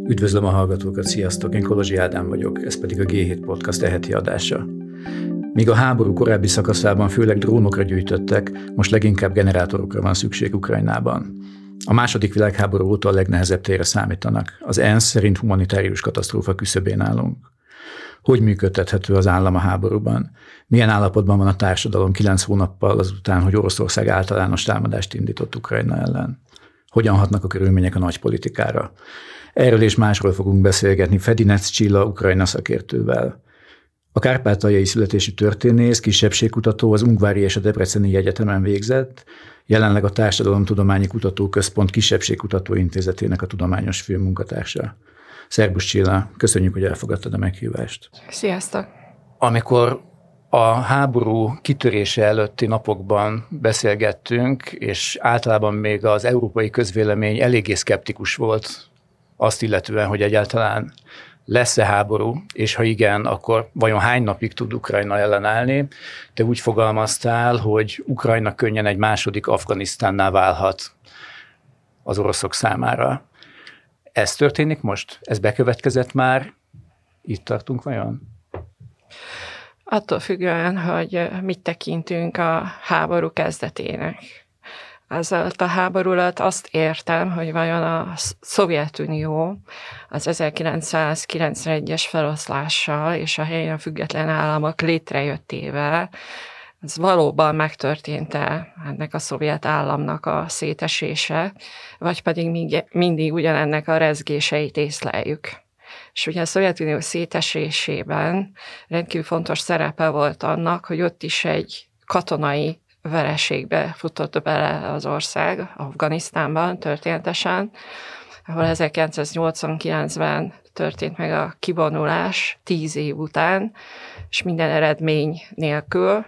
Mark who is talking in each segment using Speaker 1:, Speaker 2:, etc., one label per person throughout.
Speaker 1: Üdvözlöm a hallgatókat, sziasztok! Én Kolozsi Ádám vagyok, ez pedig a G7 Podcast heti adása. Míg a háború korábbi szakaszában főleg drónokra gyűjtöttek, most leginkább generátorokra van szükség Ukrajnában. A második világháború óta a legnehezebb térre számítanak. Az ENSZ szerint humanitárius katasztrófa küszöbén állunk. Hogy működtethető az állam a háborúban? Milyen állapotban van a társadalom 9 hónappal azután, hogy Oroszország általános támadást indított Ukrajna ellen? Hogyan hatnak a körülmények a nagypolitikára? Erről és másról fogunk beszélgetni Fedinec Csilla Ukrajna szakértővel. A kárpátaljai születésű történész, kisebbségkutató, az Ungvári és a Debreceni Egyetemen végzett, jelenleg a Társadalomtudományi Kutatóközpont Kisebbségkutató Intézetének a tudományos főmunkatársa. Szerbusz Csilla, köszönjük, hogy elfogadtad a meghívást.
Speaker 2: Sziasztok!
Speaker 1: Amikor a háború kitörése előtti napokban beszélgettünk, és általában még az európai közvélemény eléggé szkeptikus volt azt illetően, hogy egyáltalán lesz-e háború, és ha igen, akkor vajon hány napig tud Ukrajna ellenállni? Te úgy fogalmaztál, hogy Ukrajna könnyen egy második Afganisztánná válhat az oroszok számára. Ez történik most? Ez bekövetkezett már? Itt tartunk vajon?
Speaker 2: Attól függően, hogy mit tekintünk a háború kezdetének. Ezzel a háború alatt azt értem, hogy vajon a Szovjetunió az 1991-es feloszlással és a helyen független államok létrejöttével, ez valóban megtörtént-e ennek a szovjet államnak a szétesése, vagy pedig mindig ugyanennek a rezgéseit észleljük. És ugye a Szovjetunió szétesésében rendkívül fontos szerepe volt annak, hogy ott is egy katonai vereségbe futott bele az ország, Afganisztánban történetesen, ahol 1989-ben történt meg a kivonulás 10 év után, és minden eredmény nélkül,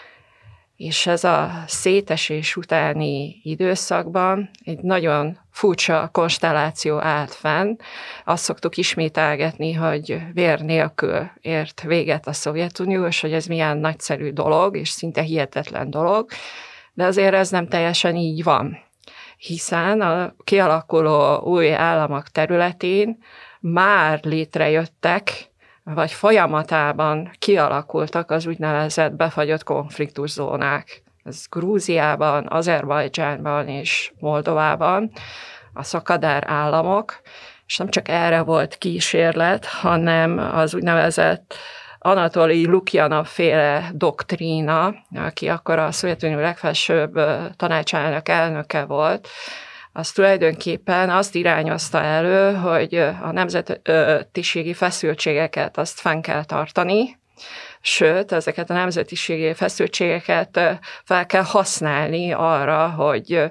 Speaker 2: és ez a szétesés utáni időszakban egy nagyon furcsa konstelláció állt fenn. Azt szoktuk ismételgetni, hogy vér nélkül ért véget a Szovjetunió, és hogy ez milyen nagyszerű dolog, és szinte hihetetlen dolog, de azért ez nem teljesen így van. Hiszen a kialakuló új államok területén már létrejöttek, vagy folyamatában kialakultak az úgynevezett befagyott konfliktuszónák. Ez Grúziában, Azerbajdzsánban és Moldovában a szakadár államok, és nem csak erre volt kísérlet, hanem az úgynevezett Anatolij Lukjanov féle doktrína, aki akkor a Szovjetunió legfelsőbb tanácsának elnöke volt, az tulajdonképpen azt irányozta elő, hogy a nemzetiségi feszültségeket azt fenn kell tartani, sőt, ezeket a nemzetiségi feszültségeket fel kell használni arra, hogy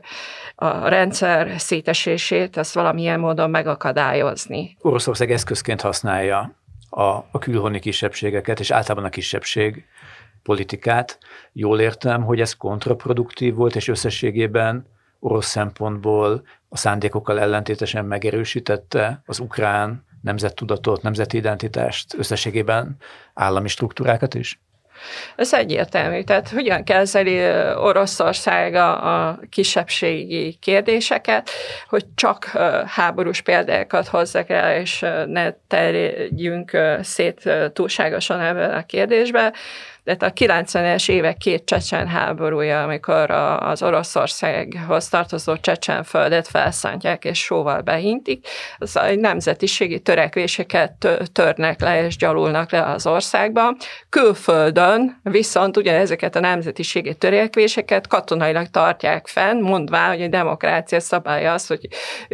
Speaker 2: a rendszer szétesését ezt valamilyen módon megakadályozni.
Speaker 1: Oroszország eszközként használja a külhoni kisebbségeket, és általában a kisebbség politikát. Jól értem, hogy ez kontraproduktív volt, és összességében orosz szempontból a szándékokkal ellentétesen megerősítette az ukrán nemzettudatot, nemzeti identitást, összességében állami struktúrákat is?
Speaker 2: Ez egyértelmű. Tehát hogyan kezeli Oroszország a kisebbségi kérdéseket, hogy csak háborús példákat hozzak el, és ne terjedjünk szét túlságosan ebben a kérdésben. De a 90-es évek két csecsen háborúja, amikor az Oroszországhoz tartozó Csecsenföldet felszántják és sóval behintik, az a nemzetiségi törekvéseket törnek le és gyalulnak le az országban. Külföldön viszont ugyanezeket a nemzetiségi törekvéseket katonailag tartják fenn, mondván, hogy a demokrácia szabálya az, hogy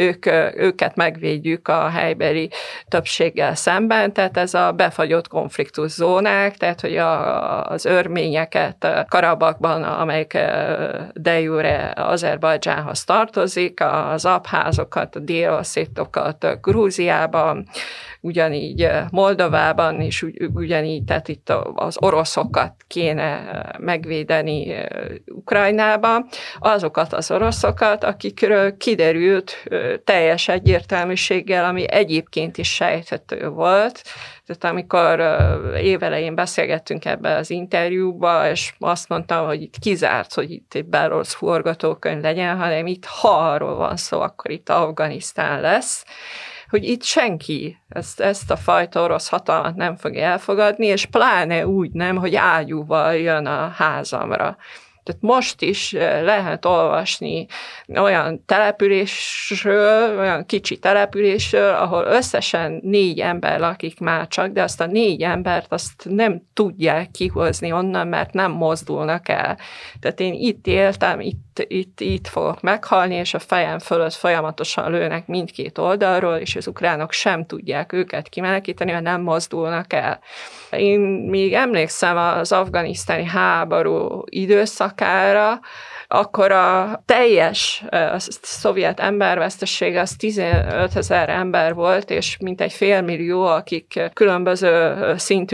Speaker 2: őket megvédjük a helybeli többséggel szemben, tehát ez a befagyott konfliktuszónák, tehát hogy az örményeket Karabakban, amelyik de jure Azerbajdzsánhoz tartozik, az abházokat, a dél-oszétokat Grúziában, ugyanígy Moldovában, és ugyanígy, tehát itt az oroszokat kéne megvédeni Ukrajnában, azokat az oroszokat, akikről kiderült teljes egyértelműséggel, ami egyébként is sejthető volt. Tehát amikor évelején beszélgettünk ebbe az interjúba, és azt mondtam, hogy itt kizárt, hogy itt egy belorusz forgatókönyv legyen, hanem itt, ha arról van szó, akkor itt Afganisztán lesz, hogy itt senki ezt a fajta orosz hatalmat nem fogja elfogadni, és pláne úgy nem, hogy ágyúval jön a házamra. Tehát most is lehet olvasni olyan településről, olyan kicsi településről, ahol összesen 4 ember lakik már csak, de azt a 4 embert azt nem tudják kihozni onnan, mert nem mozdulnak el. Tehát én itt éltem, itt fogok meghalni, és a fejem fölött folyamatosan lőnek mindkét oldalról, és az ukránok sem tudják őket kimenekíteni, mert nem mozdulnak el. Én még emlékszem az afganisztáni háború időszakára, akkor a teljes szovjet embervesztesség az 15 000 ember volt, és mintegy 500 000, akik különböző szintű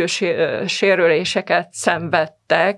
Speaker 2: sérüléseket szenvedtek.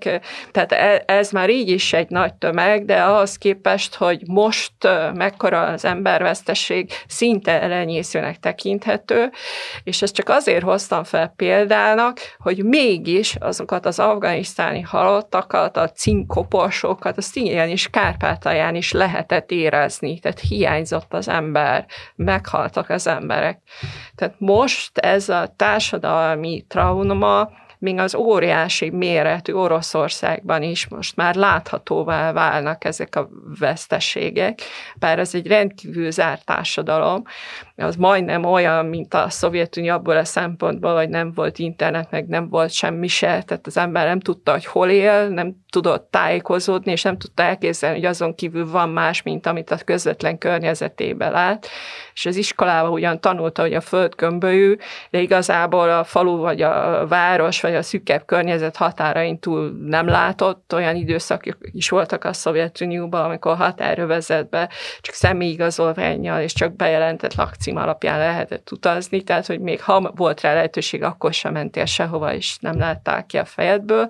Speaker 2: Tehát ez már így is egy nagy tömeg, de ahhoz képest, hogy most mekkora az embervesztesség, szinte elenyészőnek tekinthető, és ezt csak azért hoztam fel példának, hogy mégis azokat az afganisztáni halottakat, a cinkoporsokat, azt igenis Kárpátalján is lehetett érezni, tehát hiányzott az ember, meghaltak az emberek. Tehát most ez a társadalmi trauma, még az óriási méretű Oroszországban is most már láthatóvá válnak ezek a veszteségek, bár ez egy rendkívül zárt társadalom, az majdnem olyan, mint a Szovjetunió abból a szempontból, hogy nem volt internet, meg nem volt semmi se, tehát az ember nem tudta, hogy hol él, nem tudott tájékozódni, és nem tudta elképzelni, hogy azon kívül van más, mint amit a közvetlen környezetében lát. És az iskolában ugyan tanulta, hogy a föld gömbölyű, de igazából a falu, vagy a város, vagy a szűkebb környezet határain túl nem látott. Olyan időszak is voltak a Szovjetunióban, amikor határövezetben csak személyigazolvánnyal és csak bejelentett lakcím alapján lehetett utazni, tehát hogy még ha volt rá lehetőség, akkor sem mentél sehova, és nem látták ki a fejedből.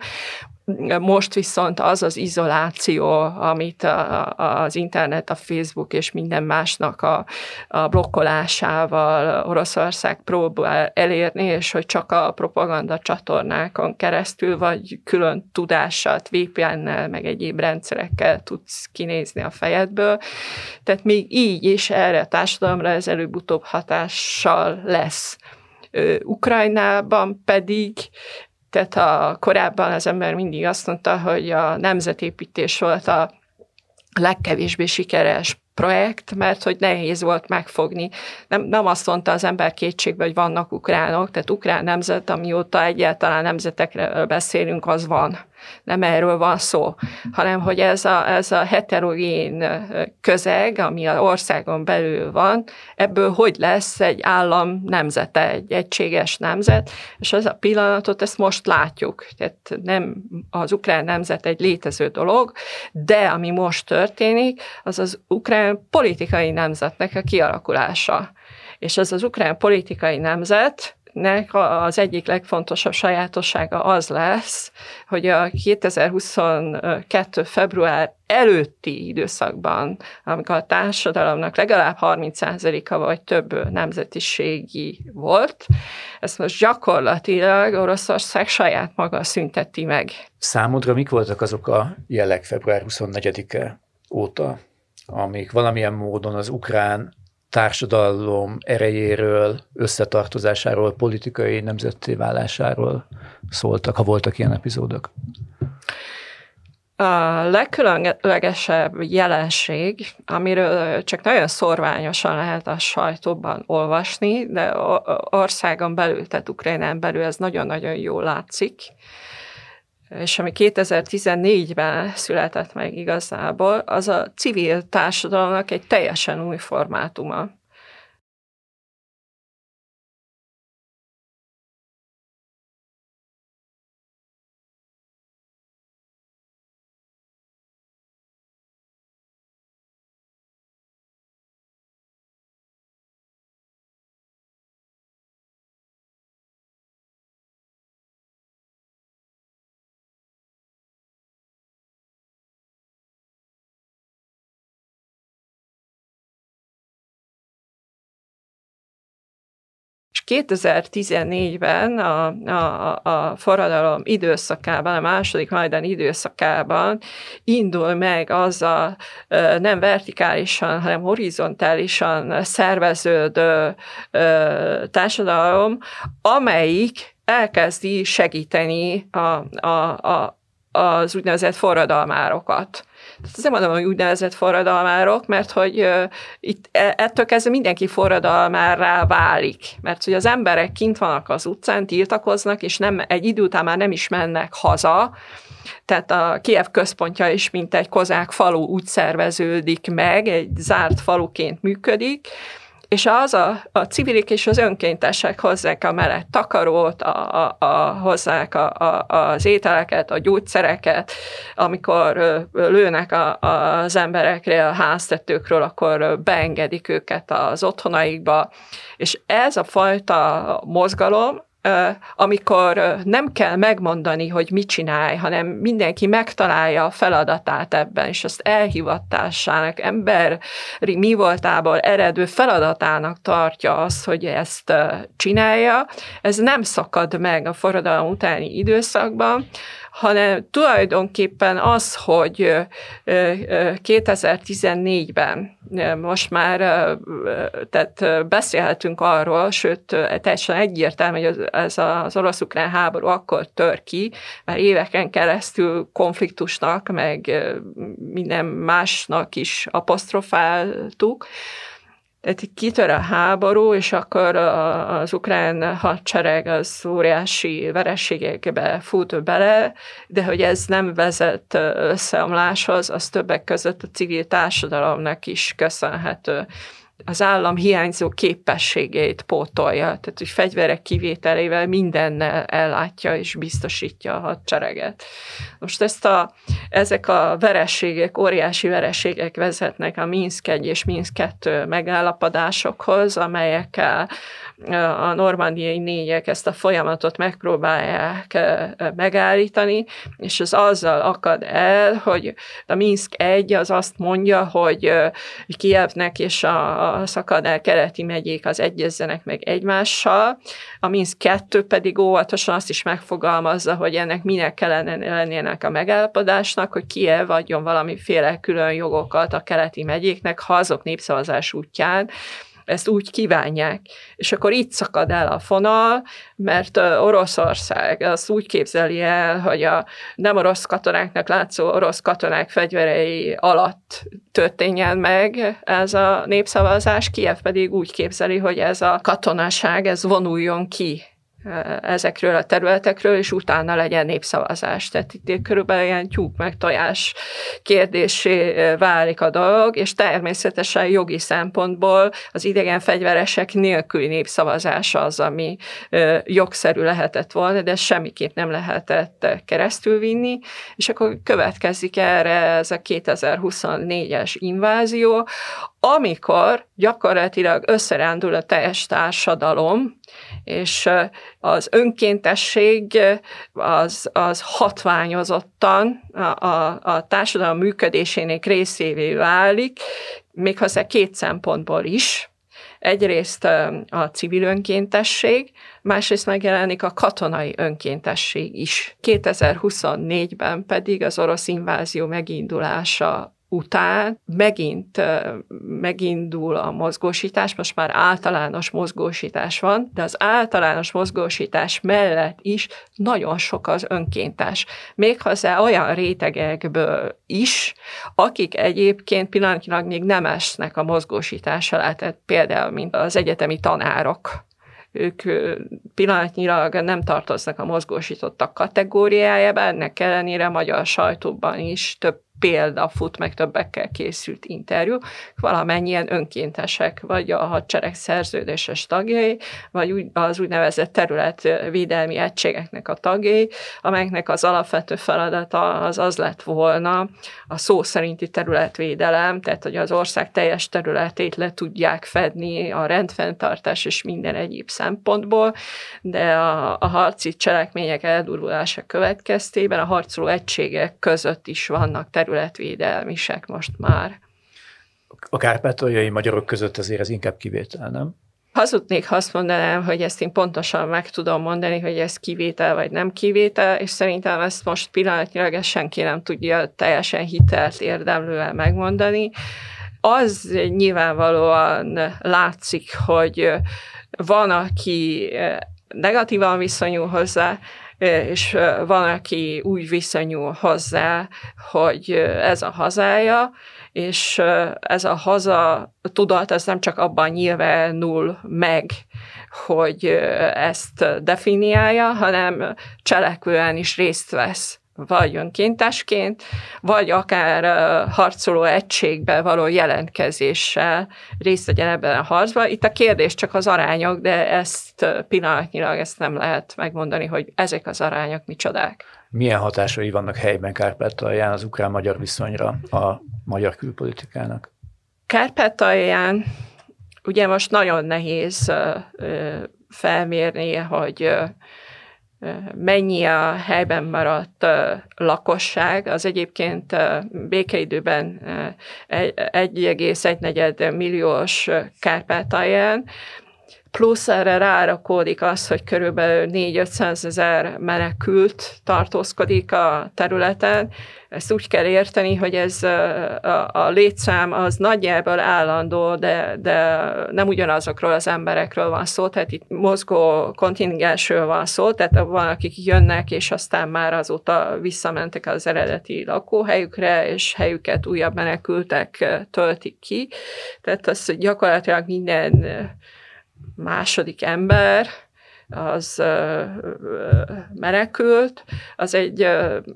Speaker 2: Most viszont az az izoláció, amit az internet, a Facebook és minden másnak a blokkolásával Oroszország próbál elérni, és hogy csak a propaganda csatornákon keresztül, vagy külön tudással, VPN-nel, meg egyéb rendszerekkel tudsz kinézni a fejedből. Tehát még így is erre a társadalomra ez előbb-utóbb hatással lesz. Ukrajnában pedig tehát korábban az ember mindig azt mondta, hogy a nemzetépítés volt a legkevésbé sikeres projekt, mert hogy nehéz volt megfogni. Nem azt mondta az ember kétségbe, hogy vannak ukránok, tehát ukrán nemzet, amióta egyáltalán nemzetekről beszélünk, az van. Nem erről van szó, hanem hogy ez a heterogén közeg, ami az országon belül van, ebből hogy lesz egy állam nemzete, egy egységes nemzet, és az a pillanatot, ezt most látjuk. Tehát nem az ukrán nemzet egy létező dolog, de ami most történik, az az ukrán politikai nemzetnek a kialakulása. És ez az ukrán politikai nemzetnek az egyik legfontosabb sajátossága az lesz, hogy a 2022. február előtti időszakban, amikor a társadalomnak legalább 30%-a vagy több nemzetiségi volt, ezt most gyakorlatilag Oroszország saját maga szünteti meg.
Speaker 1: Számodra mik voltak azok a jelek február 24-e óta, amik valamilyen módon az ukrán társadalom erejéről, összetartozásáról, politikai nemzetté válásáról szóltak, ha voltak ilyen epizódok?
Speaker 2: A legkülönlegesebb jelenség, amiről csak nagyon szorványosan lehet a sajtóban olvasni, de országon belül, tehát Ukrajnán belül ez nagyon-nagyon jól látszik, és ami 2014-ben született meg igazából, az a civil társadalomnak egy teljesen új formátuma. 2014-ben a forradalom időszakában, a második Majdan időszakában indul meg az a nem vertikálisan, hanem horizontálisan szerveződő társadalom, amelyik elkezdi segíteni az úgynevezett forradalmárokat. Nem mondom, hogy úgynevezett forradalmárok, mert hogy itt ettől kezdve mindenki forradalmárrá válik. Mert hogy az emberek kint vannak az utcán, tiltakoznak, és egy idő után már nem is mennek haza. Tehát a Kijev központja is, mint egy kozák falu úgy szerveződik meg, egy zárt faluként működik, és a civilik és az önkéntesek hozzák a meleg takarót, hozzák az ételeket, a gyógyszereket, amikor lőnek az emberekre, a háztetőkről, akkor beengedik őket az otthonaikba. És ez a fajta mozgalom, amikor nem kell megmondani, hogy mit csinálj, hanem mindenki megtalálja a feladatát ebben, és azt elhivatásának, emberi mi voltából eredő feladatának tartja azt, hogy ezt csinálja. Ez nem szakad meg a forradalom utáni időszakban, hanem tulajdonképpen az, hogy 2014-ben most már tehát beszélhetünk arról, sőt, teljesen egyértelmű, hogy ez az orosz-ukrán háború akkor tör ki, mert éveken keresztül konfliktusnak, meg minden másnak is apostrofáltuk. Tehát kitör a háború, és akkor az ukrán hadsereg az óriási vereségekbe fut bele, de hogy ez nem vezet összeomláshoz, az többek között a civil társadalomnak is köszönhető. Az állam hiányzó képességeit pótolja, tehát hogy fegyverek kivételével mindennel ellátja és biztosítja a hadsereget. Most ezek a vereségek, óriási vereségek vezetnek a Minszk 1 és Minszk 2 megállapodásokhoz, amelyekkel a normandiai négyek ezt a folyamatot megpróbálják megállítani, és ez azzal akad el, hogy a Minszk 1 az azt mondja, hogy Kijevnek és a szakadár keleti megyék az egyezzenek meg egymással, a Minszk 2 pedig óvatosan azt is megfogalmazza, hogy ennek minek kellene lennének a megállapodásnak, hogy Kijev adjon valamiféle külön jogokat a keleti megyéknek, ha azok népszavazás útján ezt úgy kívánják. És akkor itt szakad el a fonal, mert Oroszország azt úgy képzeli el, hogy a nem orosz katonáknak látszó orosz katonák fegyverei alatt történjen meg ez a népszavazás, Kijev pedig úgy képzeli, hogy ez a katonaság, ez vonuljon ki ezekről a területekről, és utána legyen népszavazás. Tehát itt körülbelül ilyen tyúk meg tojás kérdésé válik a dolog, és természetesen jogi szempontból az idegen fegyveresek nélküli népszavazás az, ami jogszerű lehetett volna, de semmiképp nem lehetett keresztülvinni, és akkor következik erre ez a 2024-es invázió, amikor gyakorlatilag összerándul a teljes társadalom, és az önkéntesség az hatványozottan a társadalom működésének részévé válik, méghozzá két szempontból is. Egyrészt a civil önkéntesség, másrészt megjelenik a katonai önkéntesség is. 2024-ben pedig az orosz invázió megindulása után megindul a mozgósítás, most már általános mozgósítás van, de az általános mozgósítás mellett is nagyon sok az önkéntes. Méghozzá olyan rétegekből is, akik egyébként pillanatnyilag még nem esnek a mozgósítás alá, tehát például mint az egyetemi tanárok. Ők pillanatnyilag nem tartoznak a mozgósítottak kategóriájába, ennek ellenére a magyar sajtóban is több példa fut, meg többekkel készült interjú, valamennyien önkéntesek, vagy a hadsereg szerződéses tagjai, vagy az úgynevezett területvédelmi egységeknek a tagjai, amelyeknek az alapvető feladata az lett volna a szó szerinti területvédelem, tehát hogy az ország teljes területét le tudják fedni a rendfenntartás és minden egyéb szempontból, de a harci cselekmények eldurvulása következtében a harcoló egységek között is vannak területvédelmisek most már.
Speaker 1: A kárpátaljai magyarok között azért ez inkább kivétel, nem?
Speaker 2: Hazudnék, ha azt mondanám, hogy ezt én pontosan meg tudom mondani, hogy ez kivétel vagy nem kivétel, és szerintem ezt most pillanatnyilag senki nem tudja teljesen hitelt érdemlően megmondani. Az nyilvánvalóan látszik, hogy van, aki negatívan viszonyul hozzá, és van, aki úgy viszonyul hozzá, hogy ez a hazája, és ez a haza tudat, ez nem csak abban nyilvánul meg, hogy ezt definiálja, hanem cselekvően is részt vesz, vagy önkéntesként, vagy akár harcoló egységbe való jelentkezéssel részt vegyen ebben a harcban. Itt a kérdés csak az arányok, de ezt pillanatnyilag ezt nem lehet megmondani, hogy ezek az arányok micsodák.
Speaker 1: Milyen hatásai vannak helyben Kárpátalján az ukrán-magyar viszonyra a magyar külpolitikának?
Speaker 2: Kárpátalján ugye most nagyon nehéz felmérni, hogy mennyi a helyben maradt lakosság. Az egyébként békeidőben 1,1 milliós Kárpátalján, plusz erre rárakódik az, hogy körülbelül 400-500 ezer menekült tartózkodik a területen. Ezt úgy kell érteni, hogy ez a létszám az nagyjából állandó, de nem ugyanazokról az emberekről van szó, tehát itt mozgó kontingensről van szó, tehát van, akik jönnek, és aztán már azóta visszamentek az eredeti lakóhelyükre, és helyüket újabb menekültek töltik ki. Tehát az gyakorlatilag minden második ember az menekült, az egy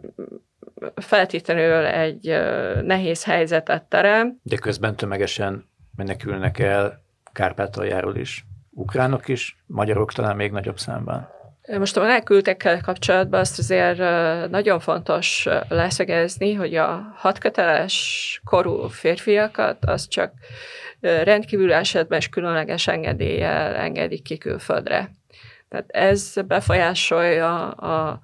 Speaker 2: feltétlenül egy nehéz helyzetet terem.
Speaker 1: De közben tömegesen menekülnek el Kárpátaljáról is ukránok is, magyarok talán még nagyobb számban.
Speaker 2: Most a menekültekkel kapcsolatban azt azért nagyon fontos leszögezni, hogy a hadköteles korú férfiakat az csak rendkívül esetben és különleges engedéllyel engedik ki külföldre. Tehát ez befolyásolja a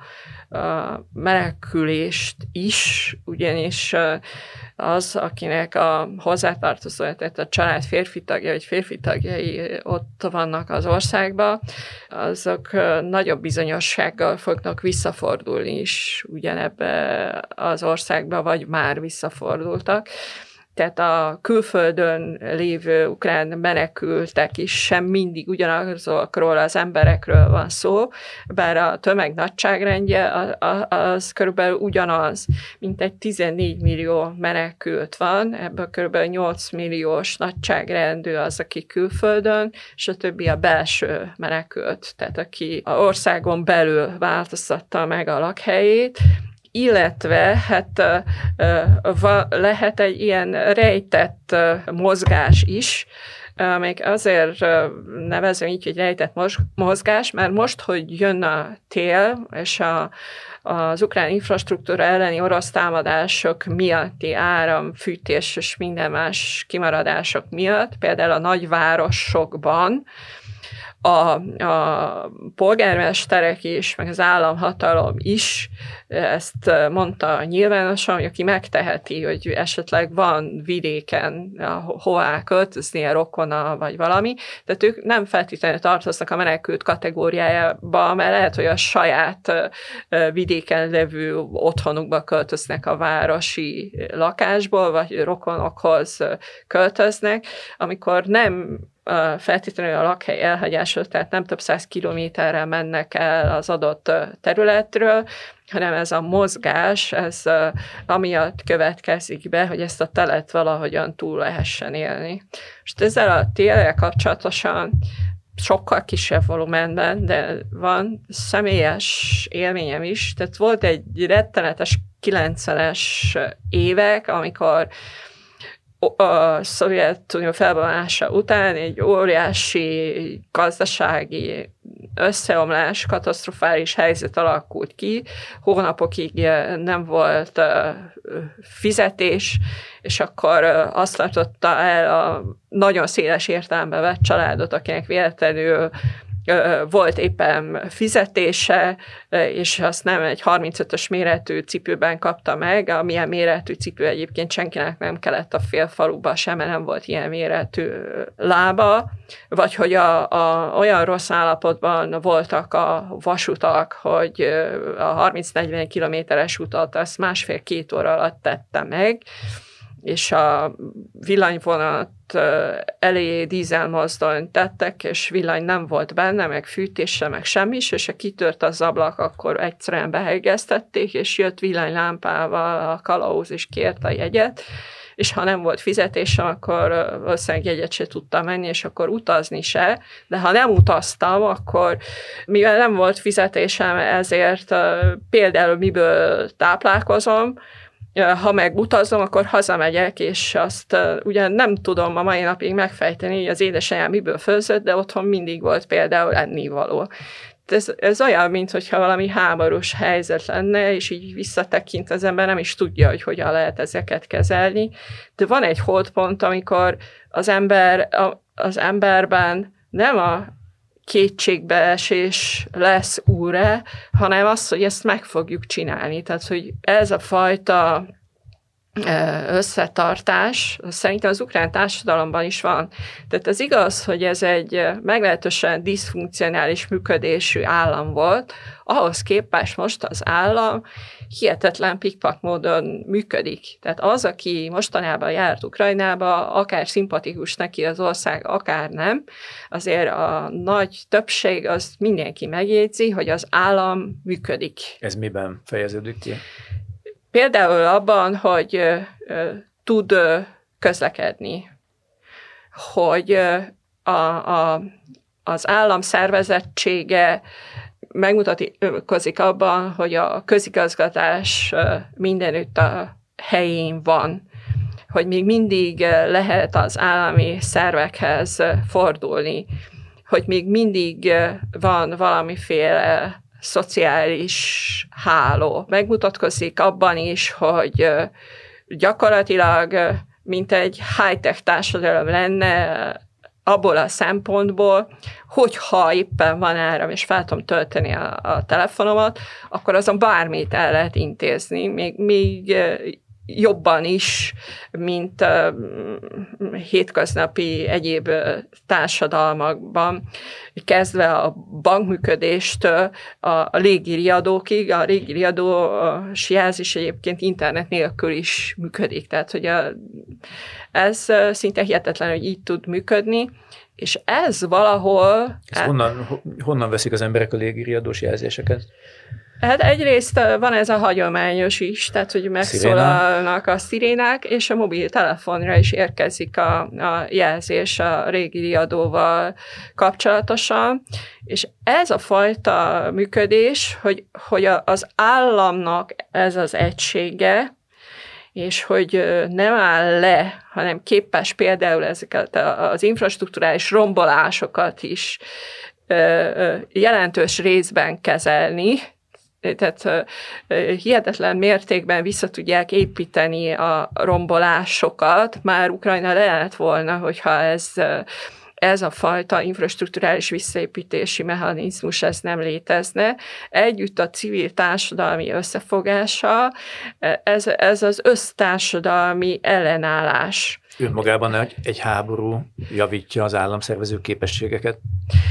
Speaker 2: menekülést is, ugyanis az, akinek a hozzátartozója, tehát a család férfi tagja vagy férfi tagjai ott vannak az országban, azok nagyobb bizonyossággal fognak visszafordulni is ugyanebbe az országba, vagy már visszafordultak. Tehát a külföldön lévő ukrán menekültek is sem mindig ugyanazokról az emberekről van szó, bár a tömeg nagyságrendje az körülbelül ugyanaz, mint egy 14 millió menekült van, ebből körülbelül 8 milliós nagyságrendű az, aki külföldön, és a többi a belső menekült, tehát aki az országon belül változtatta meg a lakhelyét, illetve hát lehet egy ilyen rejtett mozgás is, még azért nevezem így, hogy rejtett mozgás, mert most, hogy jön a tél, és az ukrán infrastruktúra elleni orosz támadások miatti áram, fűtés és minden más kimaradások miatt, például a nagyvárosokban, a polgármesterek is, meg az államhatalom is ezt mondta nyilvánosan, hogy aki megteheti, hogy esetleg van vidéken hová költözni, a rokona vagy valami, tehát ők nem feltétlenül tartoznak a menekült kategóriájába, mert lehet, hogy a saját vidéken levő otthonukba költöznek a városi lakásból, vagy rokonokhoz költöznek, amikor nem feltétlenül a lakhely elhagyásról, tehát nem több 100 kilométerrel mennek el az adott területről, hanem ez a mozgás, ez amiatt következik be, hogy ezt a telet valahogyan túl lehessen élni. Most ezzel a téllel kapcsolatosan sokkal kisebb volumenben, de van személyes élményem is, tehát volt egy rettenetes 90-es évek, amikor a Szovjetunió felbomlása után egy óriási gazdasági összeomlás, katasztrofális helyzet alakult ki, hónapokig nem volt fizetés, és akkor azt tartotta el a nagyon széles értelembe vett családot, akinek véletlenül volt éppen fizetése, és azt nem egy 35-ös méretű cipőben kapta meg, amilyen méretű cipő egyébként senkinek nem kellett a félfaluba sem, mert nem volt ilyen méretű lába, vagy hogy olyan rossz állapotban voltak a vasutak, hogy a 30-40 kilométeres utat azt 1,5-2 óra alatt tette meg, és a villanyvonat elé dízelmozdonyt tettek, és villany nem volt benne, meg fűtése, meg semmi, és ha kitört az ablak, akkor egyszerűen behelyeztették, és jött villanylámpával a kalauz, és kért a jegyet, és ha nem volt fizetésem, akkor valószínűleg jegyet se tudtam menni, és akkor utazni se, de ha nem utaztam, akkor mivel nem volt fizetésem, ezért például miből táplálkozom, ha megutazom, akkor hazamegyek, és azt ugyan nem tudom a mai napig megfejteni, hogy az édesanyám miből főzött, de otthon mindig volt például ennivaló. Ez olyan, mintha valami háborús helyzet lenne, és így visszatekint az ember nem is tudja, hogy hogyan lehet ezeket kezelni. De van egy holdpont, amikor az emberben nem a kétségbeesés lesz úrra, hanem az, hogy ezt meg fogjuk csinálni. Tehát, hogy ez a fajta összetartás, szerintem az ukrán társadalomban is van. Tehát az igaz, hogy ez egy meglehetősen diszfunkcionális működésű állam volt, ahhoz képest most az állam hihetetlen pikpak módon működik. Tehát az, aki mostanában járt Ukrajnába, akár szimpatikus neki az ország, akár nem, azért a nagy többség az mindenki megjegyzi, hogy az állam működik. Ez
Speaker 1: miben fejeződik ki?
Speaker 2: Például abban, hogy tud közlekedni, hogy az állam szervezettsége megmutatkozik abban, hogy a közigazgatás mindenütt a helyén van, hogy még mindig lehet az állami szervekhez fordulni, hogy még mindig van valamiféle szociális háló. Megmutatkozik abban is, hogy gyakorlatilag mint egy high-tech társadalom lenne abból a szempontból, hogyha éppen van áram, és fel tudom tölteni a telefonomat, akkor azon bármit el lehet intézni, még jobban is, mint hétköznapi egyéb társadalmakban, kezdve a bankműködéstől a légiriadókig. A légiriadós jelzés egyébként internet nélkül is működik, tehát hogy ez szinte hihetetlen, hogy így tud működni, és ez valahol...
Speaker 1: Honnan veszik az emberek a légiriadós jelzéseket?
Speaker 2: Hát egyrészt van ez a hagyományos is, tehát hogy megszólalnak a szirénák, és a mobiltelefonra is érkezik a jelzés a régi riadóval kapcsolatosan, és ez a fajta működés, hogy az államnak ez az egysége, és hogy nem áll le, hanem képes például ezeket az infrastrukturális rombolásokat is jelentős részben kezelni, tehát hihetetlen mértékben vissza tudják építeni a rombolásokat. Már Ukrajna le lett volna, hogyha ez a fajta infrastrukturális visszaépítési mechanizmus ez nem létezne. Együtt a civil társadalmi összefogása, ez az össztársadalmi ellenállás.
Speaker 1: Önmagában egy háború javítja az államszervező képességeket?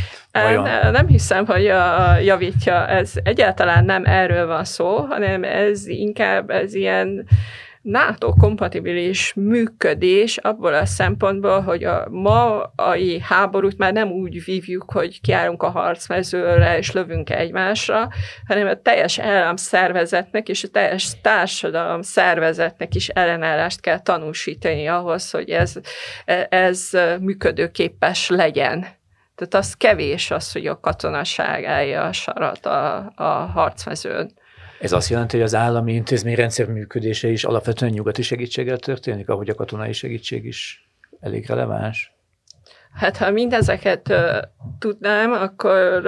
Speaker 2: Nem hiszem, hogy javítja. Ez egyáltalán nem erről van szó, hanem ez inkább ilyen NATO-kompatibilis működés abból a szempontból, hogy a mai háborút már nem úgy vívjuk, hogy kiállunk a harcmezőre és lövünk egymásra, hanem a teljes államszervezetnek és a teljes társadalom szervezetnek is ellenállást kell tanúsítani ahhoz, hogy ez működőképes legyen. Tehát az kevés az, hogy a katonaság állja a sarat a harcmezőn.
Speaker 1: Ez azt jelenti, hogy az állami intézményrendszer működése is alapvetően nyugati segítséggel történik, ahogy a katonai segítség is elég releváns?
Speaker 2: Hát ha mindezeket tudnám, akkor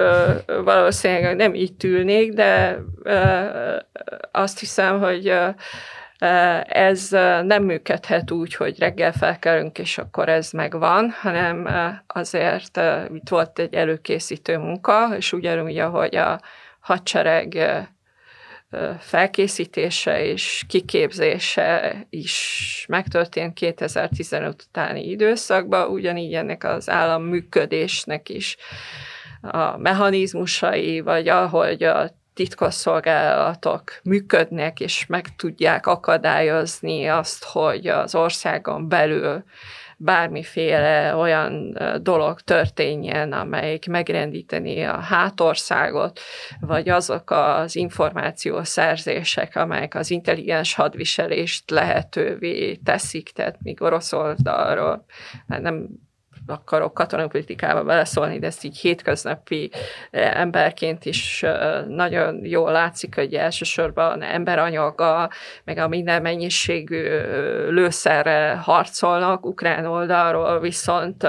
Speaker 2: valószínűleg nem így ülnék, de azt hiszem, hogy Ez nem működhet úgy, hogy reggel felkelünk, és akkor ez megvan, hanem azért itt volt egy előkészítő munka, és ugyanúgy, ahogy a hadsereg felkészítése és kiképzése is megtörtént 2015 utáni időszakban, ugyanígy ennek az állam működésnek is a mechanizmusai, vagy ahogy a titkosszolgálatok működnek, és meg tudják akadályozni azt, hogy az országon belül bármiféle olyan dolog történjen, amelyik megrendíteni a hátországot, vagy azok az információszerzések, amelyek az intelligens hadviselést lehetővé teszik, tehát míg orosz oldalról, nem akarok katonai politikába beleszólni, de ezt így hétköznapi emberként is nagyon jól látszik, hogy elsősorban emberanyaggal, meg a minden mennyiségű lőszerrel harcolnak ukrán oldalról, viszont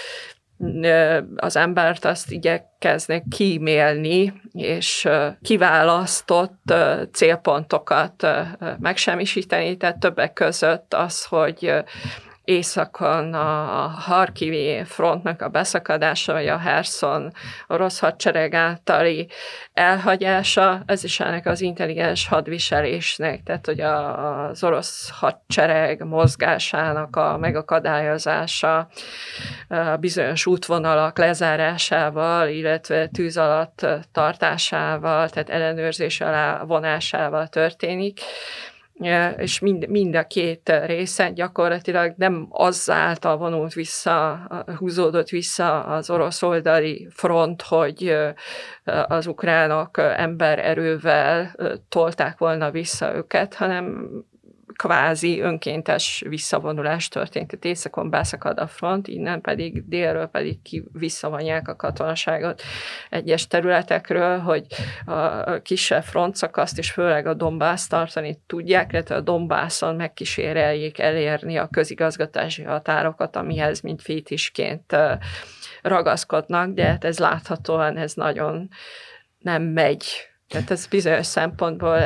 Speaker 2: az embert azt igyekeznek kímélni, és kiválasztott célpontokat megsemmisíteni, tehát többek között az, hogy északon a Harkivi frontnak a beszakadása, vagy a Herson orosz hadsereg általi elhagyása, ez is ennek az intelligens hadviselésnek, tehát hogy az orosz hadsereg mozgásának a megakadályozása, a bizonyos útvonalak lezárásával, illetve tűz alatt tartásával, tehát ellenőrzés alá vonásával történik. És mind a két részen gyakorlatilag nem azáltal húzódott vissza az orosz oldali front, hogy az ukránok embererővel tolták volna vissza őket, hanem kvázi önkéntes visszavonulás történt. Tehát északon beszakad a front, innen pedig délről pedig visszavonják a katonaságot egyes területekről, hogy a kisebb frontszakaszt és főleg a Donbaszt tartani tudják, illetve a Donbasson megkíséreljék elérni a közigazgatási határokat, amihez mint fétisként ragaszkodnak, de hát ez láthatóan ez nagyon nem megy. Tehát ez bizonyos szempontból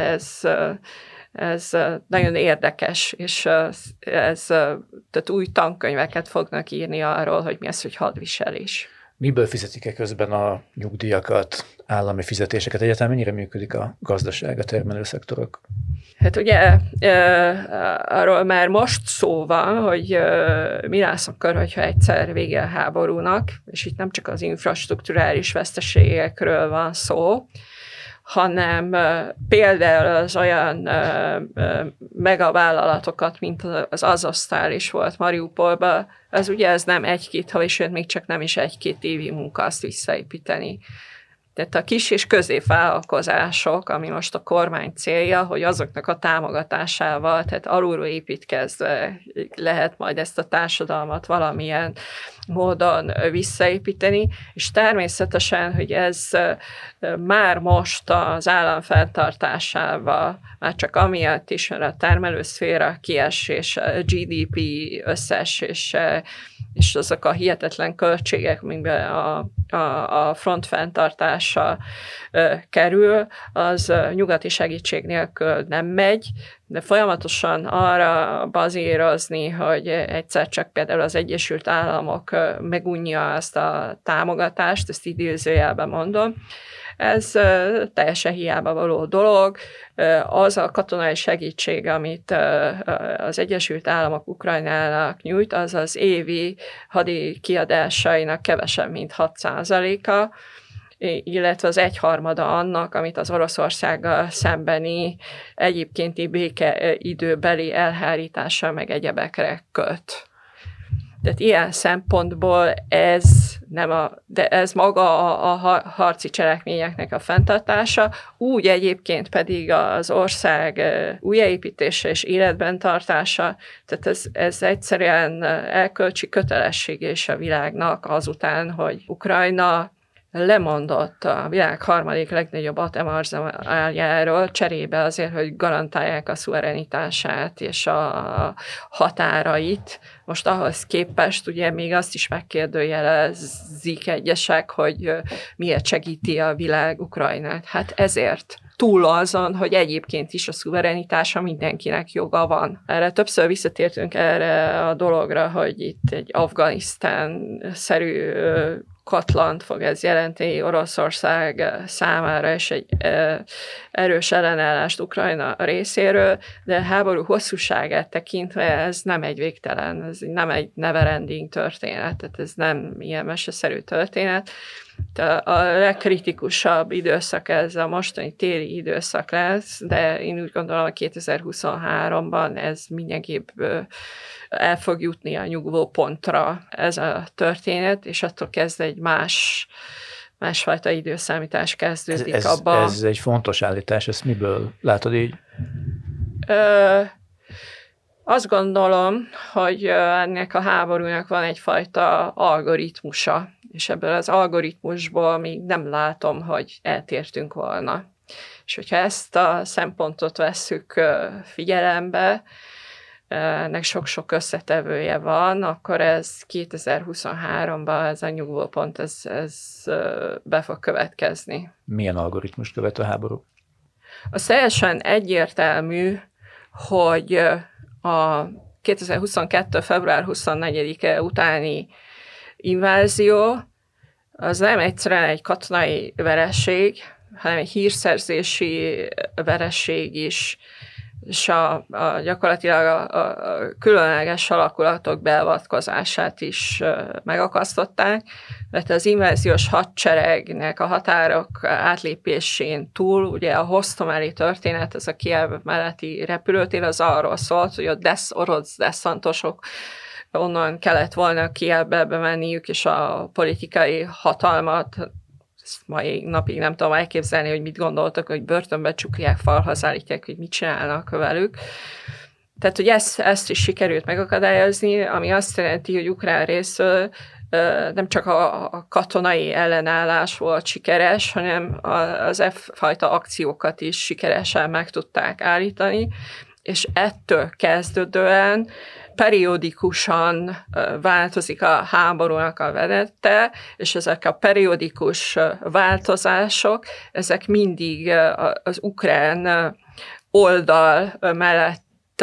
Speaker 2: ez nagyon érdekes, és tehát új tankönyveket fognak írni arról, hogy mi az, hogy hadviselés.
Speaker 1: Miből fizetik közben a nyugdíjakat, állami fizetéseket? Egyáltalán mennyire működik a gazdaság, a termelőszektorok?
Speaker 2: Hát ugye arról már most szó van, hogy mi lesz akkor, hogyha egyszer vége a háborúnak, és itt nem csak az infrastrukturális veszteségekről van szó, hanem például az olyan megavállalatokat, mint az Azovsztál is volt Mariupolban, az ugye ez nem egy-két havi, sőt még csak nem is egy-két évi munka azt visszaépíteni. Tehát a kis és középvállalkozások, ami most a kormány célja, hogy azoknak a támogatásával, tehát alulról építkezve lehet majd ezt a társadalmat valamilyen módon visszaépíteni, és természetesen, hogy ez már most az állam fenntartásával, már csak amiatt is, mert a termelőszféra kiesése, a GDP összeesése, és azok a hihetetlen költségek, amikben a front fenntartása kerül, az nyugati segítség nélkül nem megy, de folyamatosan arra bazírozni, hogy egyszer csak például az Egyesült Államok megunja ezt a támogatást, ezt idézőjelben mondom, ez teljesen hiába való dolog. Az a katonai segítség, amit az Egyesült Államok Ukrajnának nyújt, az az évi hadi kiadásainak kevesebb, mint 6%-a, illetve az 1/3 annak, amit az Oroszországgal szembeni egyébkénti békeidőbeli elhárítása meg egyebekre köt. Tehát ilyen szempontból de ez maga a harci cselekményeknek a fenntartása, úgy egyébként pedig az ország újjáépítése és életben tartása, tehát ez egyszerűen elkölcsi kötelessége is a világnak azután, hogy Ukrajna lemondott a világ harmadik legnagyobb atomarzenáljáról cserébe azért, hogy garantálják a szuverenitását és a határait. Most ahhoz képest ugye még azt is megkérdőjelezik egyesek, hogy miért segíti a világ Ukrajnát. Hát ezért. Túl azon, hogy egyébként is a szuverenitása mindenkinek joga van. Erre többször visszatértünk erre a dologra, hogy itt egy Afganisztán-szerű katlant fog ez jelenteni Oroszország számára, és egy erős ellenállást Ukrajna részéről, de a háború hosszúságát tekintve ez nem egy végtelen, ez nem egy never-ending történet, tehát ez nem ilyen meseszerű történet. A legkritikusabb időszak ez a mostani téli időszak lesz, de én úgy gondolom, hogy 2023-ban ez mindenképp el fog jutni a nyugvó pontra ez a történet, és attól kezdve egy másfajta időszámítás kezdődik abba.
Speaker 1: Ez egy fontos állítás, ezt miből látod így?
Speaker 2: Azt gondolom, hogy ennek a háborúnak van egyfajta algoritmusa, és ebből az algoritmusból még nem látom, hogy eltértünk volna. És hogyha ezt a szempontot vesszük figyelembe, ennek sok-sok összetevője van, akkor ez 2023-ban ez a nyugvópont, ez be fog következni.
Speaker 1: Milyen algoritmus követ a háború?
Speaker 2: Az teljesen egyértelmű, hogy a 2022. február 24-e utáni invázió az nem egyszerűen egy katonai vereség, hanem egy hírszerzési vereség is, és gyakorlatilag a különleges alakulatok beavatkozását is megakasztották, mert az inváziós hadseregnek a határok átlépésén túl, ugye a hostomeli történet, ez a Kijev melletti repülőtér, az arról szólt, hogy a orosz desszantosok onnan kellett volna Kijevbe bemenniük, és a politikai hatalmat, mai napig nem tudom elképzelni, hogy mit gondoltak, hogy börtönbe csukják, falhoz állítják, hogy mit csinálnak velük. Tehát, hogy ezt is sikerült megakadályozni, ami azt jelenti, hogy ukrán részről nem csak a katonai ellenállás volt sikeres, hanem az fajta akciókat is sikeresen meg tudták állítani, és ettől kezdődően periódikusan változik a háborúnak a menete, és ezek a periódikus változások, ezek mindig az ukrán oldal mellett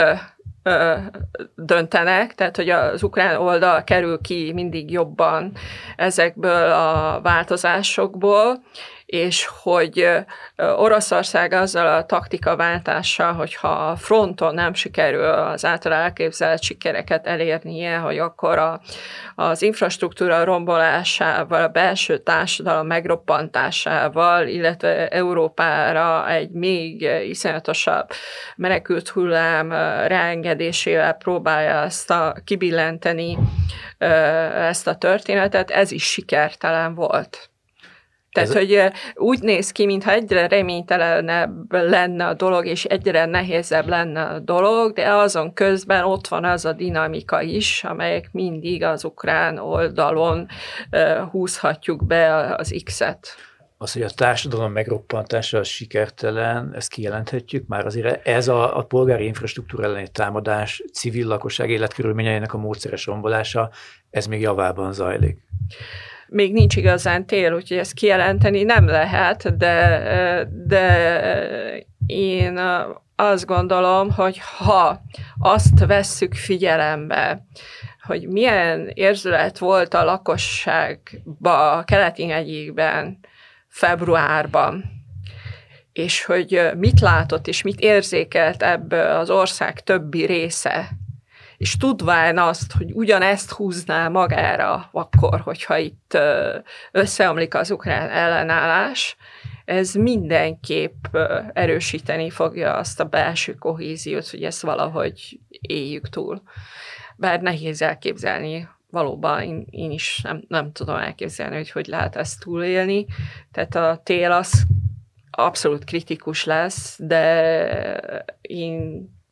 Speaker 2: döntenek, tehát hogy az ukrán oldal kerül ki mindig jobban ezekből a változásokból, és hogy Oroszország azzal a taktikaváltással, hogyha a fronton nem sikerül az által elképzelt sikereket elérnie, hogy akkor az infrastruktúra rombolásával, a belső társadalom megroppantásával, illetve Európára egy még iszonyatosabb menekült hullám ráengedésével próbálja kibillenteni ezt a történetet, ez is sikertelen volt. Tehát, hogy úgy néz ki, mintha egyre reménytelenebb lenne a dolog, és egyre nehézebb lenne a dolog, de azon közben ott van az a dinamika is, amelyek mindig az ukrán oldalon húzhatjuk be az X-et.
Speaker 1: Az, hogy a társadalom megroppantása sikertelen, ezt kijelenthetjük már azért ez a polgári infrastruktúra elleni támadás, civil lakosság életkörülményeinek a módszeres rombolása, ez még javában zajlik.
Speaker 2: Még nincs igazán tél, úgyhogy ezt kijelenteni nem lehet, de én azt gondolom, hogy ha azt vesszük figyelembe, hogy milyen érzület volt a lakosságban, a Keleti-hegységben februárban, és hogy mit látott és mit érzékelt ebből az ország többi része, és tudván azt, hogy ugyanezt húzná magára akkor, hogyha itt összeomlik az ukrán ellenállás, ez mindenképp erősíteni fogja azt a belső kohéziót, hogy ezt valahogy éljük túl. Bár nehéz elképzelni, valóban én is nem tudom elképzelni, hogy lehet ezt túlélni. Tehát a tél az abszolút kritikus lesz, de én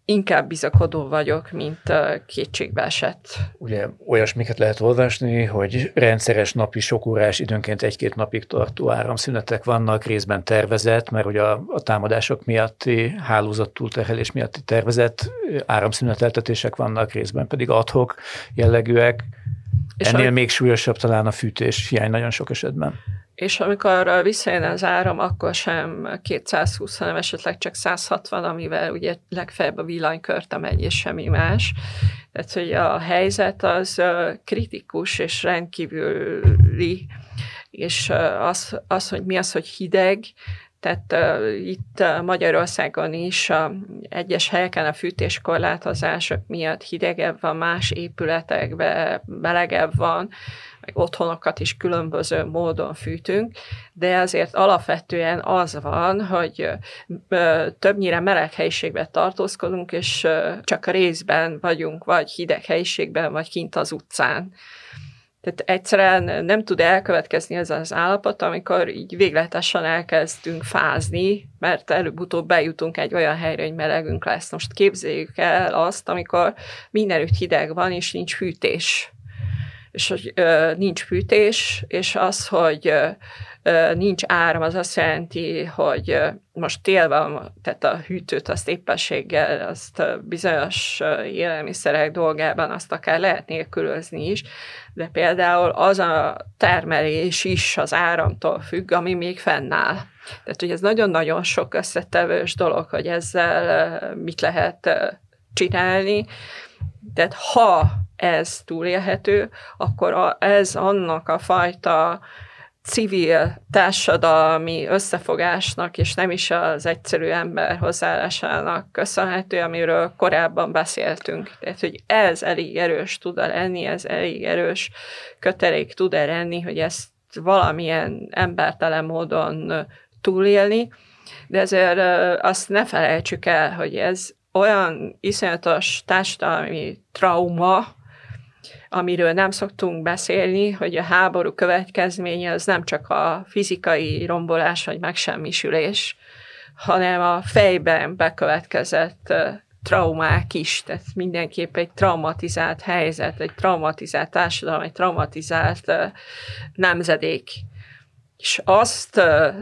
Speaker 2: inkább bizakodó vagyok, mint kétségbeesett.
Speaker 1: Ugye olyasmiket lehet olvasni, hogy rendszeres napi sokórás, időnként 1-2 napig tartó áramszünetek vannak, részben tervezett, mert ugye a támadások miatti, hálózattúlterhelés miatti tervezett áramszüneteltetések vannak, részben pedig ad hoc jellegűek. Ennél még súlyosabb talán a fűtés hiány nagyon sok esetben.
Speaker 2: És amikor visszajön az áram, akkor sem 220, hanem esetleg csak 160, amivel ugye legfeljebb a villanykörte megy, és semmi más. Tehát, hogy a helyzet az kritikus és rendkívüli, és az, hogy mi az, hogy hideg, tehát itt Magyarországon is egyes helyeken a fűtéskorlátozások miatt hidegebb van, más épületekben melegebb van, meg otthonokat is különböző módon fűtünk, de azért alapvetően az van, hogy többnyire meleg helyiségben tartózkodunk, és csak részben vagyunk, vagy hideg helyiségben, vagy kint az utcán. Tehát egyszerűen nem tud elkövetkezni ez az állapot, amikor így végletesen elkezdünk fázni, mert előbb-utóbb bejutunk egy olyan helyre, hogy melegünk lesz. Most képzeljük el azt, amikor mindenütt hideg van, és nincs fűtés. És hogy nincs fűtés, és az, hogy nincs áram, az azt jelenti, hogy most tél van, tehát a hűtőt azt éppenséggel, azt bizonyos élelmiszerek dolgában azt akár lehet nélkülözni is, de például az a termelés is az áramtól függ, ami még fennáll. Tehát, hogy ez nagyon-nagyon sok összetevős dolog, hogy ezzel mit lehet csinálni. Tehát ha ez túlélhető, akkor ez annak a fajta civil társadalmi összefogásnak, és nem is az egyszerű ember hozzáállásának köszönhető, amiről korábban beszéltünk. Tehát, hogy ez elég erős tud-e lenni, ez elég erős kötelék tud-e lenni, hogy ezt valamilyen embertelen módon túlélni, de ezért azt ne felejtsük el, hogy ez olyan iszonyatos társadalmi trauma, amiről nem szoktunk beszélni, hogy a háború következménye az nem csak a fizikai rombolás vagy megsemmisülés, hanem a fejben bekövetkezett traumák is, tehát mindenképp egy traumatizált helyzet, egy traumatizált társadalom, egy traumatizált nemzedék. És azt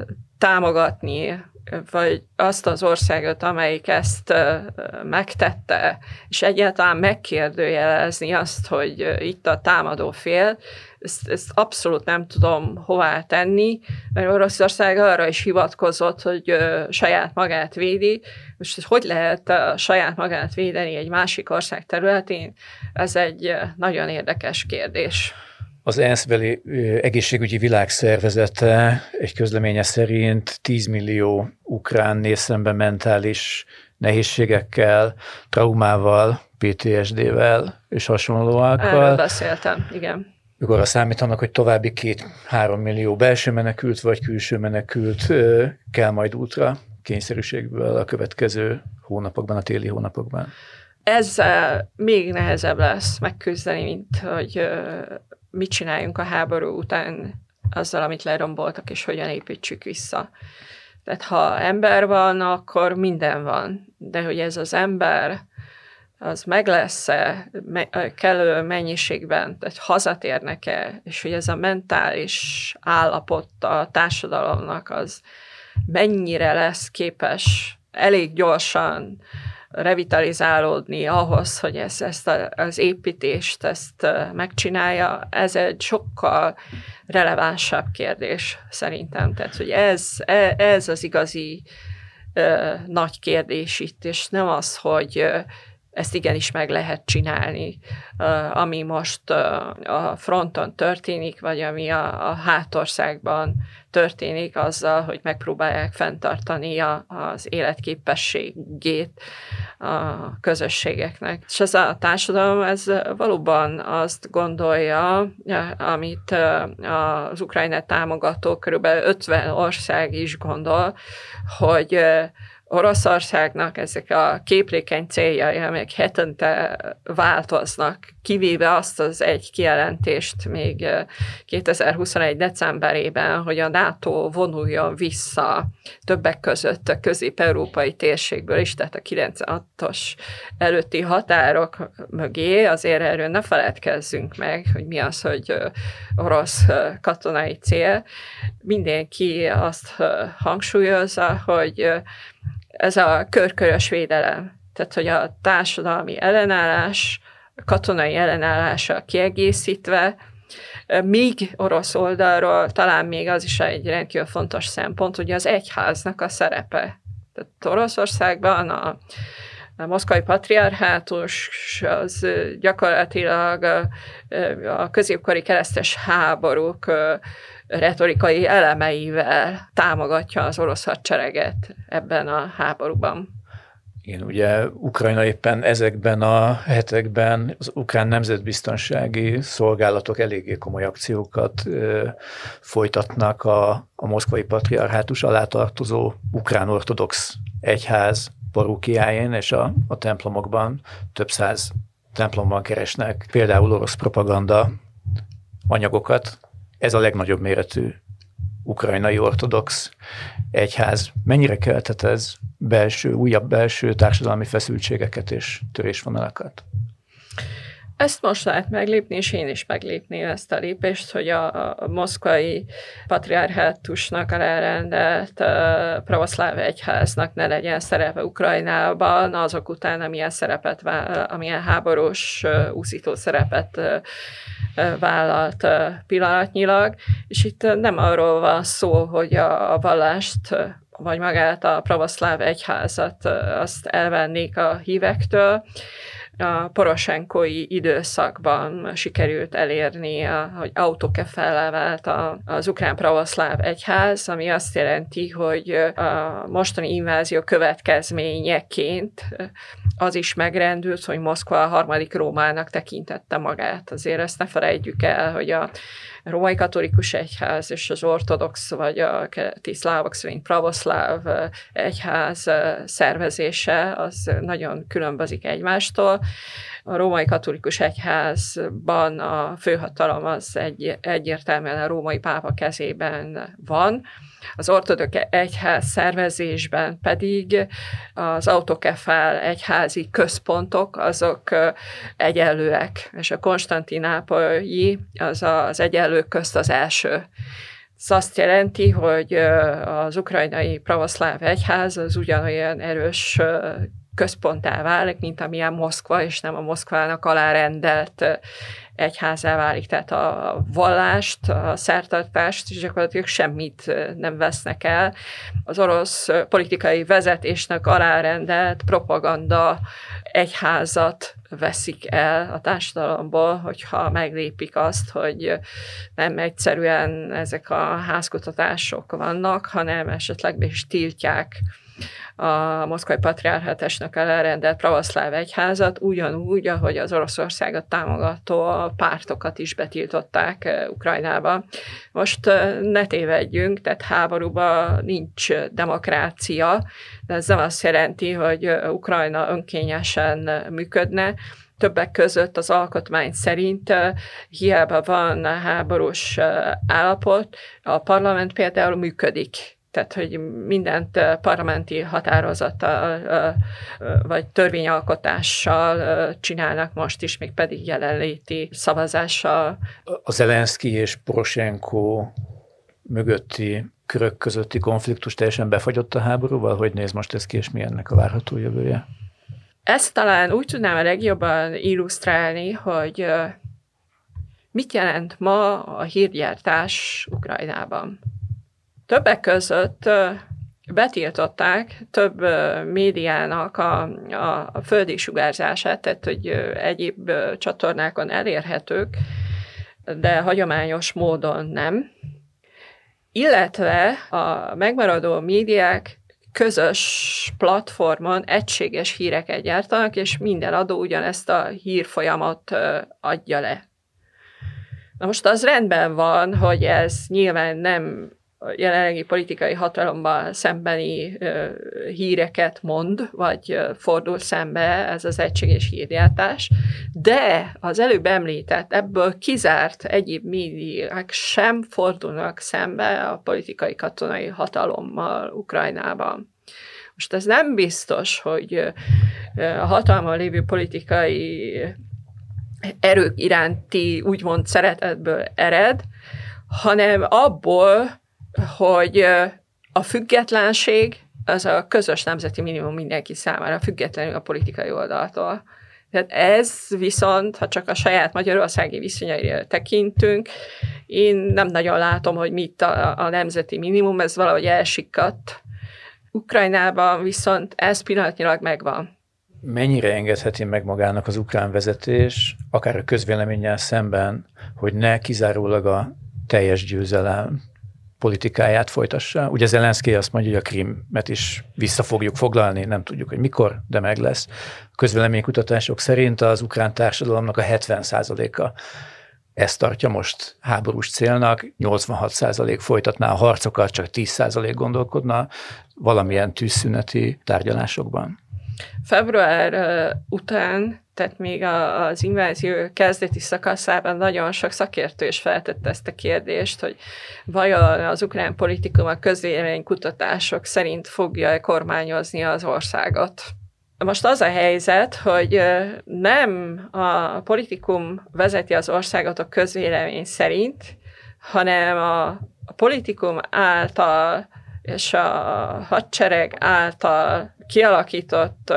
Speaker 2: támogatni, vagy azt az országot, amelyik ezt megtette, és egyáltalán megkérdőjelezni azt, hogy itt a támadó fél, ezt abszolút nem tudom hová tenni, mert Oroszország arra is hivatkozott, hogy saját magát védi. Most hogy lehet saját magát védeni egy másik ország területén? Ez egy nagyon érdekes kérdés.
Speaker 1: Az ENSZ-beli egészségügyi világszervezete egy közleménye szerint 10 millió ukrán néz szembe mentális nehézségekkel, traumával, PTSD-vel és hasonlóakkal.
Speaker 2: Erről beszéltem, igen.
Speaker 1: Ők arra számítanak, hogy további 2-3 millió belső menekült vagy külső menekült kell majd útra kényszerűségből a következő hónapokban, a téli hónapokban.
Speaker 2: Ezzel még nehezebb lesz megküzdeni, mint hogy mit csináljunk a háború után azzal, amit leromboltak, és hogyan építsük vissza. Tehát ha ember van, akkor minden van. De hogy ez az ember, az meg lesz-e kellő mennyiségben, tehát hazatérnek-e, és hogy ez a mentális állapot a társadalomnak az mennyire lesz képes elég gyorsan revitalizálódni ahhoz, hogy ezt az építést ezt megcsinálja, ez egy sokkal relevánsabb kérdés szerintem. Tehát, hogy ez az igazi nagy kérdés itt, és nem az, hogy ezt igenis meg lehet csinálni, ami most a fronton történik, vagy ami a hátországban történik azzal, hogy megpróbálják fenntartani az életképességét a közösségeknek. És ez a társadalom, ez valóban azt gondolja, amit az Ukrajnát támogató kb. 50 ország is gondol, hogy Oroszországnak ezek a képlékeny céljai, amelyek hetente változnak, kivéve azt az egy kijelentést még 2021. decemberében, hogy a NATO vonuljon vissza többek között a közép-európai térségből is, tehát a 96-os előtti határok mögé, azért erről ne feledkezzünk meg, hogy mi az, hogy orosz katonai cél. Mindenki azt hangsúlyozza, hogy ez a körkörös védelem, tehát hogy a társadalmi ellenállás, a katonai ellenállással kiegészítve, míg orosz oldalról talán még az is egy rendkívül fontos szempont, hogy az egyháznak a szerepe. Tehát Oroszországban a moszkvai patriarhátus az gyakorlatilag a középkori keresztes háborúk retorikai elemeivel támogatja az orosz hadsereget ebben a háborúban.
Speaker 1: Igen, ugye Ukrajna éppen ezekben a hetekben az ukrán nemzetbiztonsági szolgálatok eléggé komoly akciókat folytatnak a moszkvai patriarhátus alá tartozó ukrán ortodox egyház parókiáján, és a templomokban több száz templomban keresnek például orosz propaganda anyagokat. Ez a legnagyobb méretű ukrajnai ortodox egyház. Mennyire keltett ez újabb belső társadalmi feszültségeket és törésvonalakat?
Speaker 2: Ezt most lehet meglépni, és én is meglépném ezt a lépést, hogy a moszkvai patriarhátusnak alárendelt pravoszláv egyháznak ne legyen szerepe Ukrajnában, azok után, amilyen háborús úszító szerepet vállalt pillanatnyilag, és itt nem arról van szó, hogy a vallást vagy magát a pravoszláv egyházat azt elvennék a hívektől. A Porosenkói időszakban sikerült elérni, hogy autokefellé vált az ukrán pravoszláv egyház, ami azt jelenti, hogy a mostani invázió következményeként az is megrendült, hogy Moszkva a harmadik Rómának tekintette magát. Azért ezt ne felejtjük el, hogy a római katolikus egyház és az ortodox vagy a keleti szlávok szerint pravoszláv egyház szervezése az nagyon különbözik egymástól. A római katolikus egyházban a főhatalom az egyértelműen a római pápa kezében van, az ortodox egyház szervezésben pedig az autokefál egyházi központok azok egyenlőek, és a konstantinápolyi az egyenlők közt az első. Ez azt jelenti, hogy az ukrajnai pravoszláv egyház az ugyanolyan erős központtá válik, mint amilyen Moszkva, és nem a Moszkvának alárendelt egyházá válik. Tehát a vallást, a szertartást és gyakorlatilag semmit nem vesznek el. Az orosz politikai vezetésnek alárendelt propaganda egyházat veszik el a társadalomból, hogyha meglépik azt, hogy nem egyszerűen ezek a házkutatások vannak, hanem esetleg be is tiltják a moszkvai patriarhátusnak elrendelt pravoszláv egyházat, ugyanúgy, ahogy az Oroszországot támogató pártokat is betiltották Ukrajnába. Most ne tévedjünk, tehát háborúban nincs demokrácia, de ez nem azt jelenti, hogy Ukrajna önkényesen működne. Többek között az alkotmány szerint hiába van háborús állapot, a parlament például működik. Tehát, hogy mindent parlamenti határozattal vagy törvényalkotással csinálnak most is, még pedig jelenléti szavazással.
Speaker 1: A Zelenszky és Poroshenko mögötti körök közötti konfliktus teljesen befagyott a háborúval? Hogy néz most ez ki, és mi ennek a várható jövője?
Speaker 2: Ezt talán úgy tudnám a legjobban illusztrálni, hogy mit jelent ma a hírgyártás Ukrajnában. Többek között betiltották több médiának a földi sugárzását, tehát hogy egyéb csatornákon elérhetők, de hagyományos módon nem. Illetve a megmaradó médiák közös platformon egységes híreket gyártanak, és minden adó ugyanezt a hírfolyamot adja le. Na most az rendben van, hogy ez nyilván nem jelenlegi politikai hatalommal szembeni híreket mond, vagy fordul szembe ez az egységes hírgyártás, de az előbb említett, ebből kizárt egyéb médiák sem fordulnak szembe a politikai katonai hatalommal Ukrajnában. Most ez nem biztos, hogy a hatalmon lévő politikai erők iránti úgymond szeretetből ered, hanem abból, hogy a függetlenség az a közös nemzeti minimum mindenki számára, függetlenül a politikai oldaltól. Tehát ez viszont, ha csak a saját magyarországi viszonyaira tekintünk, én nem nagyon látom, hogy mit a nemzeti minimum, ez valahogy elsikkadt. Ukrajnában viszont ez pillanatnyilag megvan.
Speaker 1: Mennyire engedheti meg magának az ukrán vezetés, akár a közvéleménnyel szemben, hogy ne kizárólag a teljes győzelem politikáját folytassa? Ugye Zelenszkij azt mondja, hogy a Krimet is vissza fogjuk foglalni, nem tudjuk, hogy mikor, de meg lesz. A közvéleménykutatások szerint az ukrán társadalomnak a 70%-a ezt tartja most háborús célnak, 86% folytatná a harcokat, csak 10% gondolkodna valamilyen tűzszüneti tárgyalásokban.
Speaker 2: Február után, tehát még az invázió kezdeti szakaszában nagyon sok szakértő is feltette ezt a kérdést, hogy vajon az ukrán politikum a közvéleménykutatások szerint fogja kormányozni az országot. Most az a helyzet, hogy nem a politikum vezeti az országot a közvélemény szerint, hanem a politikum által és a hadsereg által kialakított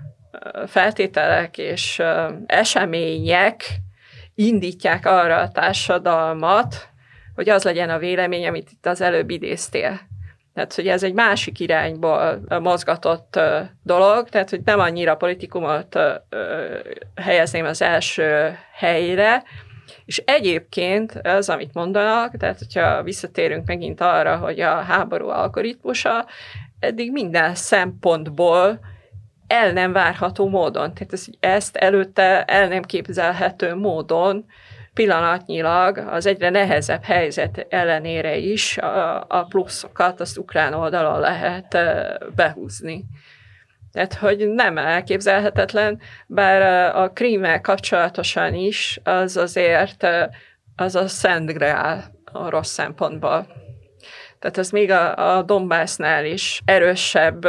Speaker 2: feltételek és események indítják arra a társadalmat, hogy az legyen a vélemény, amit itt az előbb idéztél. Tehát, hogy ez egy másik irányból mozgatott dolog, tehát, hogy nem annyira politikumot helyezném az első helyre, és egyébként az, amit mondanak, tehát, hogyha visszatérünk megint arra, hogy a háború algoritmusa eddig minden szempontból el nem várható módon, tehát ezt előtte el nem képzelhető módon pillanatnyilag az egyre nehezebb helyzet ellenére is a pluszokat azt ukrán oldalon lehet behúzni. Tehát, hogy nem elképzelhetetlen, bár a Krímmel kapcsolatosan is az azért az a Szent Grál a rossz szempontból. Tehát ez még a Donbassnál is erősebb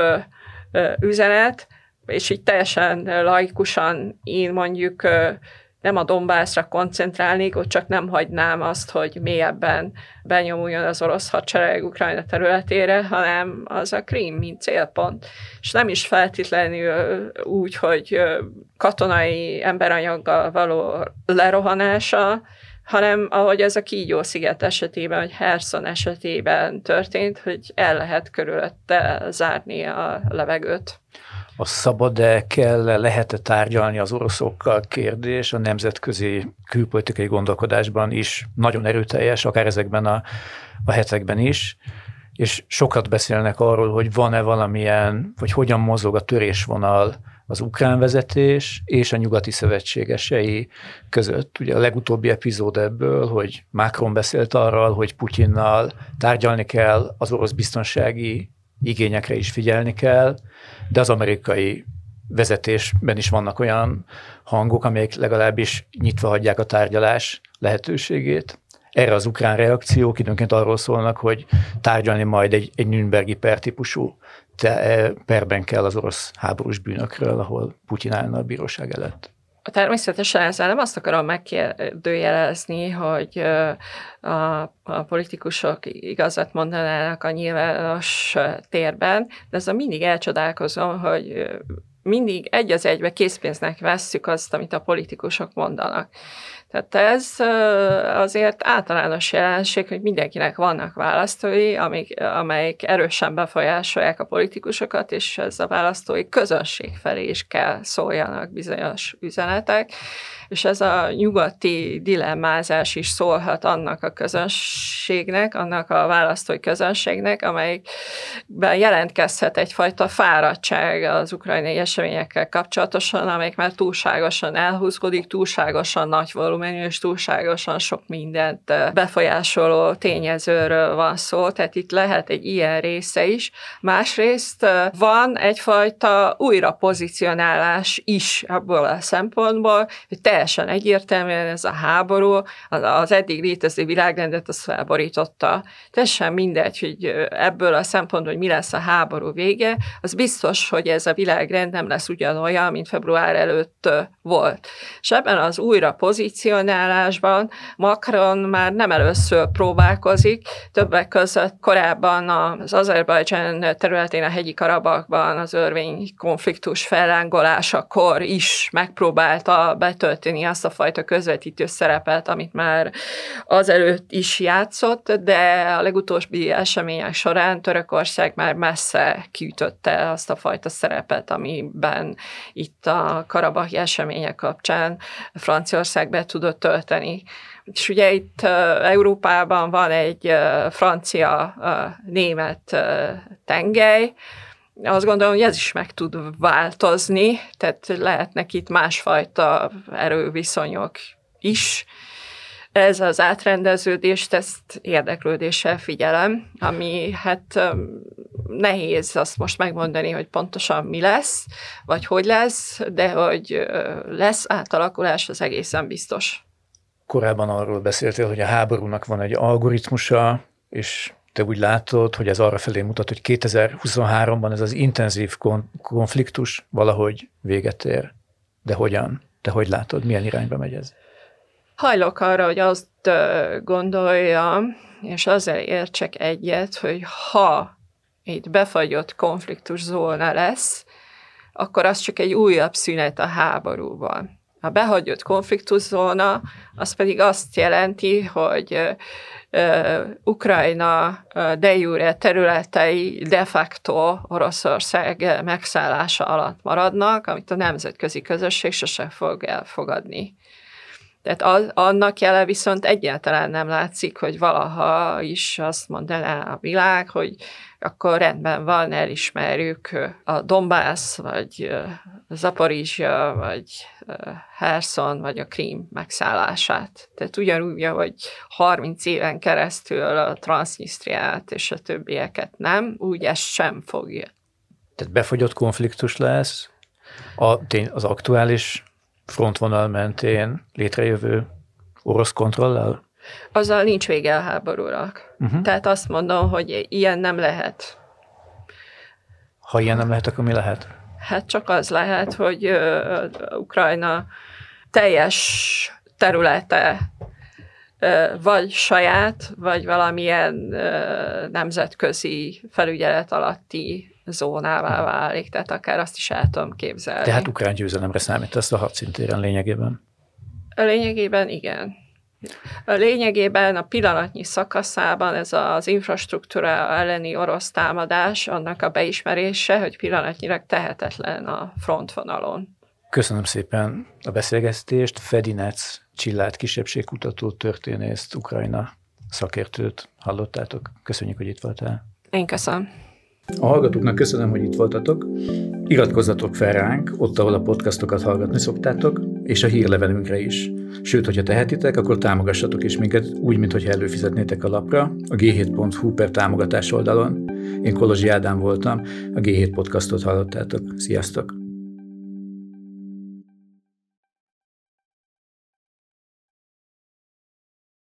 Speaker 2: üzenet, és így teljesen laikusan én mondjuk nem a Donbassra koncentrálnék, ott csak nem hagynám azt, hogy mélyebben benyomuljon az orosz hadsereg Ukrajna területére, hanem az a Krím, mint célpont. És nem is feltétlenül úgy, hogy katonai emberanyaggal való lerohanása, hanem ahogy ez a Kígyó-sziget esetében, vagy Herson esetében történt, hogy el lehet körülötte zárni a levegőt.
Speaker 1: A szabad-e, lehet-e tárgyalni az oroszokkal kérdés a nemzetközi külpolitikai gondolkodásban is nagyon erőteljes, akár ezekben a hetekben is, és sokat beszélnek arról, hogy van-e valamilyen, vagy hogyan mozog a törésvonal az ukrán vezetés és a nyugati szövetségesei között. Ugye a legutóbbi epizód ebből, hogy Macron beszélt arról, hogy Putyinnal tárgyalni kell, az orosz biztonsági igényekre is figyelni kell, de az amerikai vezetésben is vannak olyan hangok, amelyek legalábbis nyitva hagyják a tárgyalás lehetőségét. Erre az ukrán reakciók időnként arról szólnak, hogy tárgyalni majd egy Nürnbergi per típusú perben kell az orosz háborús bűnökről, ahol Putyin állna a bíróság előtt.
Speaker 2: Természetesen ezzel nem azt akarom megkérdőjelezni, hogy a politikusok igazat mondanának a nyilvános térben, de ezzel mindig elcsodálkozom, hogy mindig egy az egybe készpénznek vesszük azt, amit a politikusok mondanak. Tehát ez azért általános jelenség, hogy mindenkinek vannak választói, amelyik erősen befolyásolják a politikusokat, és ez a választói közönség felé is kell szóljanak bizonyos üzenetek, és ez a nyugati dilemmázás is szólhat annak a közönség közönségnek, annak a választói közönségnek, amelyikben jelentkezhet egyfajta fáradtság az ukrajnai eseményekkel kapcsolatosan, amelyik már túlságosan elhúzódik, túlságosan nagy volumenű és túlságosan sok mindent befolyásoló tényezőről van szó, tehát itt lehet egy ilyen része is. Másrészt van egyfajta újrapozicionálás is abból a szempontból, hogy teljesen egyértelműen ez a háború az eddig létező világrendet az felborította. Teljesen mindegy, hogy ebből a szempontból, hogy mi lesz a háború vége, az biztos, hogy ez a világrend nem lesz ugyanolyan, mint február előtt volt. És ebben az újrapozicionálásban Macron már nem először próbálkozik, többek között korábban az Azerbajdzsán területén a hegyi Karabakban az örvény konfliktus fellángolásakor is megpróbálta betölteni azt a fajta közvetítő szerepet, amit már azelőtt is játszott, de a legutóbbi események során Törökország már messze kiütötte azt a fajta szerepet, amiben itt a karabakhi események kapcsán Franciaország be tudott tölteni. És ugye itt Európában van egy francia-német tengely, azt gondolom, hogy ez is meg tud változni, tehát lehetnek itt másfajta erőviszonyok is. Ez az átrendeződést, ezt érdeklődéssel figyelem, ami hát nehéz azt most megmondani, hogy pontosan mi lesz, vagy hogy lesz, de hogy lesz átalakulás, az egészen biztos.
Speaker 1: Korábban arról beszéltél, hogy a háborúnak van egy algoritmusa, és te úgy látod, hogy ez arra felé mutat, hogy 2023-ban ez az intenzív konfliktus valahogy véget ér. De hogyan? Te hogy látod? Milyen irányba megy ez?
Speaker 2: Hajlok arra, hogy azt gondoljam, és azzal értsek egyet, hogy ha itt befagyott konfliktuszóna lesz, akkor az csak egy újabb szünet a háborúban. A behagyott konfliktuszóna, az pedig azt jelenti, hogy Ukrajna de jure területei de facto Oroszország megszállása alatt maradnak, amit a nemzetközi közösség sose fog elfogadni. Tehát annak jele viszont egyáltalán nem látszik, hogy valaha is azt mondaná a világ, hogy akkor rendben van, elismerjük a Donbass, vagy Zaporizsja, vagy Herson, vagy a Krím megszállását. Tehát ugyanúgy, hogy 30 éven keresztül a Transnistriát és a többieket nem, úgy ezt sem fogja.
Speaker 1: Tehát befagyott konfliktus lesz az aktuális frontvonal mentén létrejövő orosz kontrollal?
Speaker 2: Azzal nincs vége a háborúnak. Tehát azt mondom, hogy ilyen nem lehet.
Speaker 1: Ha ilyen nem lehet, akkor mi lehet?
Speaker 2: Hát csak az lehet, hogy Ukrajna teljes területe vagy saját, vagy valamilyen nemzetközi felügyelet alatti zónává válik, tehát akár azt is el tudom képzelni.
Speaker 1: Tehát ukrán győzelemre számítasz a hadszintéren lényegében?
Speaker 2: Lényegében igen. Lényegében a pillanatnyi szakaszában ez az infrastruktúra elleni orosz támadás, annak a beismerése, hogy pillanatnyilag tehetetlen a frontvonalon.
Speaker 1: Köszönöm szépen a beszélgetést. Fedinec Csillát kisebbségkutató történészt, Ukrajna szakértőt hallottátok. Köszönjük, hogy itt voltál.
Speaker 2: Én köszönöm.
Speaker 1: A hallgatóknak köszönöm, hogy itt voltatok. Iratkozzatok fel ránk, ott, ahol a podcastokat hallgatni szoktátok, és a hírlevelünkre is. Sőt, hogyha tehetitek, akkor támogassatok is minket úgy, mintha előfizetnétek a lapra, a g7.hu/támogatás oldalon. Én Kolozsi Ádám voltam, a G7 podcastot hallottátok. Sziasztok!